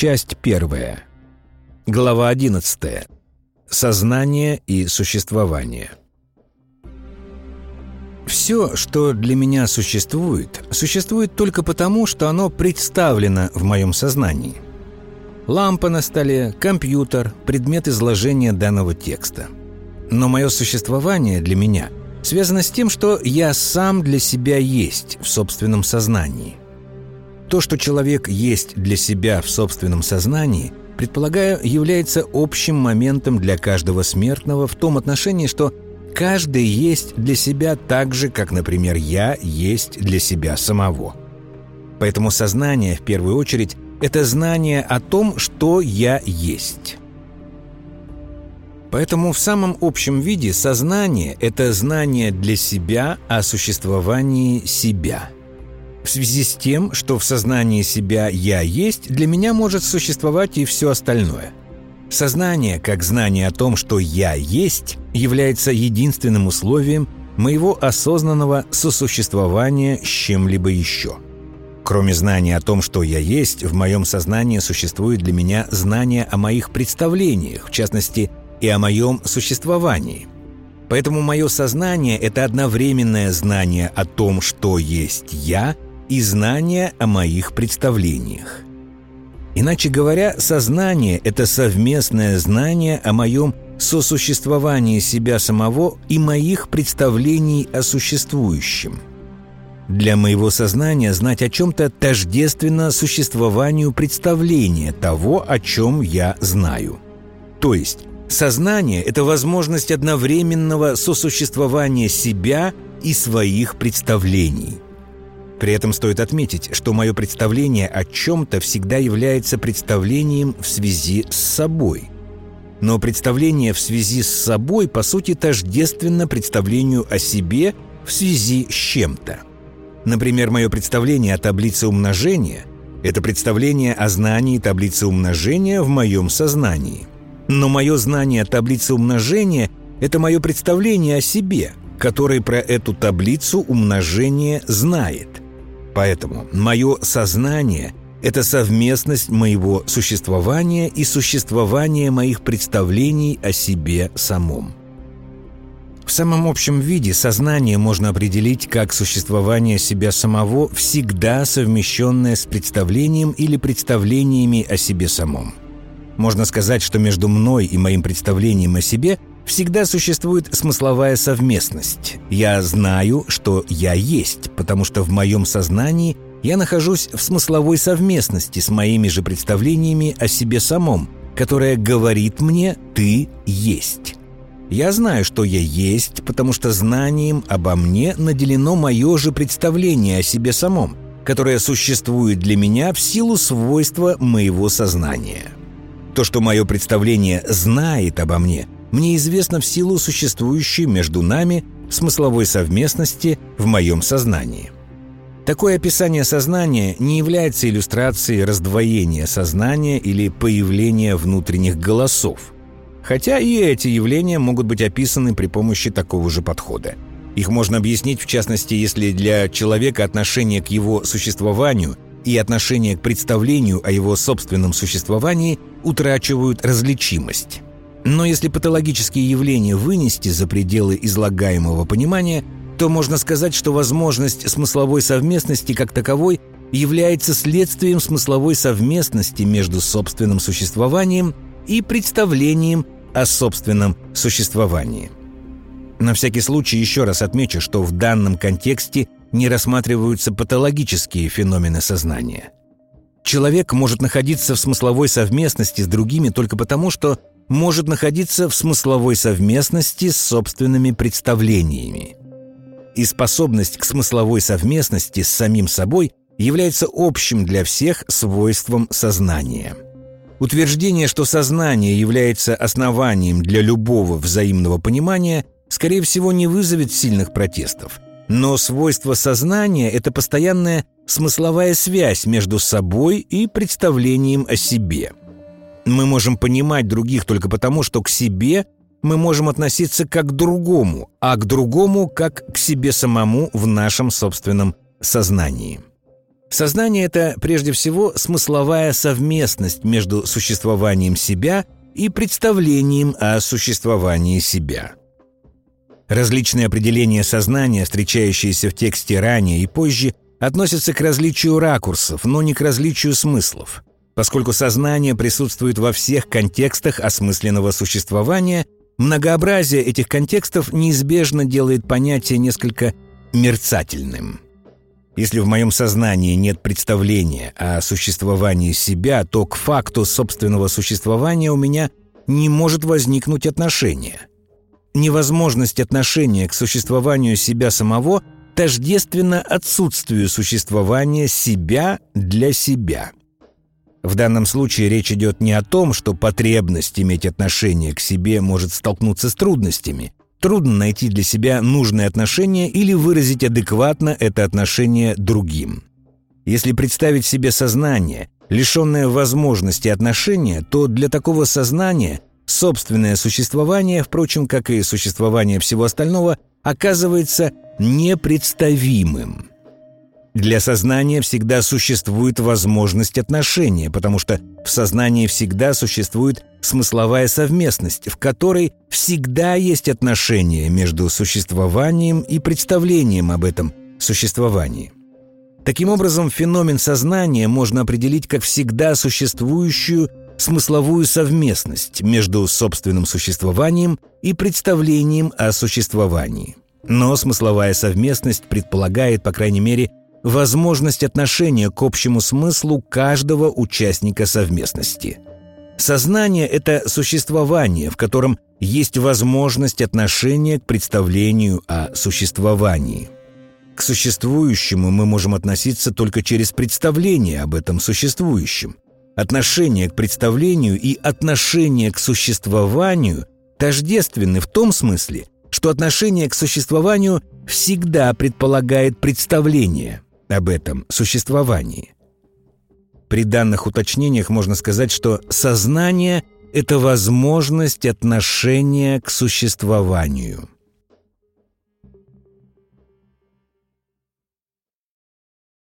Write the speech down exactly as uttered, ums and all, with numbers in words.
Часть первая. Глава одиннадцатая. Сознание и существование. Все, что для меня существует, существует только потому, что оно представлено в моем сознании. Лампа на столе, компьютер, предмет изложения данного текста. Но мое существование для меня связано с тем, что я сам для себя есть в собственном сознании. То, что человек есть для себя в собственном сознании, предполагаю, является общим моментом для каждого смертного в том отношении, что каждый есть для себя так же, как, например, я есть для себя самого. Поэтому сознание, в первую очередь, это знание о том, что я есть. Поэтому в самом общем виде сознание – это знание для себя о существовании себя. В связи с тем, что в сознании себя я есть, для меня может существовать и все остальное. Сознание, как знание о том, что я есть, является единственным условием моего осознанного сосуществования с чем-либо еще. Кроме знания о том, что я есть, в моем сознании существует для меня знание о моих представлениях, в частности, и о моем существовании. Поэтому мое сознание – это одновременное знание о том, что есть я, и знание о моих представлениях. Иначе говоря, сознание – это совместное знание о моем сосуществовании себя самого и моих представлений о существующем. Для моего сознания знать о чем-то тождественно существованию представления того, о чем я знаю. То есть сознание – это возможность одновременного сосуществования себя и своих представлений. При этом стоит отметить, что мое представление о чем-то всегда является представлением в связи с собой. Но представление в связи с собой, по сути, тождественно представлению о себе в связи с чем-то. Например, мое представление о таблице умножения – это представление о знании таблицы умножения в моем сознании. Но мое знание таблицы умножения – это мое представление о себе, который про эту таблицу умножения знает. Поэтому мое сознание – это совместность моего существования и существования моих представлений о себе самом. В самом общем виде сознание можно определить как существование себя самого, всегда совмещенное с представлением или представлениями о себе самом. Можно сказать, что между мной и моим представлением о себе всегда существует смысловая совместность. Я знаю, что я есть, потому что в моем сознании я нахожусь в смысловой совместности с моими же представлениями о себе самом, которая говорит мне «ты есть». Я знаю, что я есть, потому что знанием обо мне наделено мое же представление о себе самом, которое существует для меня в силу свойства моего сознания. То, что мое представление знает обо мне, мне известно в силу существующей между нами смысловой совместности в моем сознании. Такое описание сознания не является иллюстрацией раздвоения сознания или появления внутренних голосов. Хотя и эти явления могут быть описаны при помощи такого же подхода. Их можно объяснить, в частности, если для человека отношение к его существованию и отношение к представлению о его собственном существовании утрачивают различимость. Но если патологические явления вынести за пределы излагаемого понимания, то можно сказать, что возможность смысловой совместности как таковой является следствием смысловой совместности между собственным существованием и представлением о собственном существовании. На всякий случай еще раз отмечу, что в данном контексте не рассматриваются патологические феномены сознания. Человек может находиться в смысловой совместности с другими только потому, что может находиться в смысловой совместности с собственными представлениями. И способность к смысловой совместности с самим собой является общим для всех свойством сознания. Утверждение, что сознание является основанием для любого взаимного понимания, скорее всего, не вызовет сильных протестов. Но свойство сознания – это постоянная смысловая связь между собой и представлением о себе. Мы можем понимать других только потому, что к себе мы можем относиться как к другому, а к другому как к себе самому в нашем собственном сознании. Сознание – это, прежде всего, смысловая совместность между существованием себя и представлением о существовании себя. Различные определения сознания, встречающиеся в тексте ранее и позже, относятся к различию ракурсов, но не к различию смыслов. Поскольку сознание присутствует во всех контекстах осмысленного существования, многообразие этих контекстов неизбежно делает понятие несколько мерцательным. Если в моем сознании нет представления о существовании себя, то к факту собственного существования у меня не может возникнуть отношение. Невозможность отношения к существованию себя самого тождественна отсутствию существования себя для себя. В данном случае речь идет не о том, что потребность иметь отношение к себе может столкнуться с трудностями. Трудно найти для себя нужное отношение или выразить адекватно это отношение другим. Если представить себе сознание, лишенное возможности отношения, то для такого сознания собственное существование, впрочем, как и существование всего остального, оказывается непредставимым. Для сознания всегда существует возможность отношения, потому что в сознании всегда существует смысловая совместность, в которой всегда есть отношение между существованием и представлением об этом существовании. Таким образом, феномен сознания можно определить как всегда существующую смысловую совместность между собственным существованием и представлением о существовании. Но смысловая совместность предполагает, по крайней мере, возможность отношения к общему смыслу каждого участника совместности. Сознание – это существование, в котором есть возможность отношения к представлению о существовании. К существующему мы можем относиться только через представление об этом существующем. Отношение к представлению и отношение к существованию тождественны в том смысле, что отношение к существованию всегда предполагает представление об этом существовании. При данных уточнениях можно сказать, что сознание – это возможность отношения к существованию.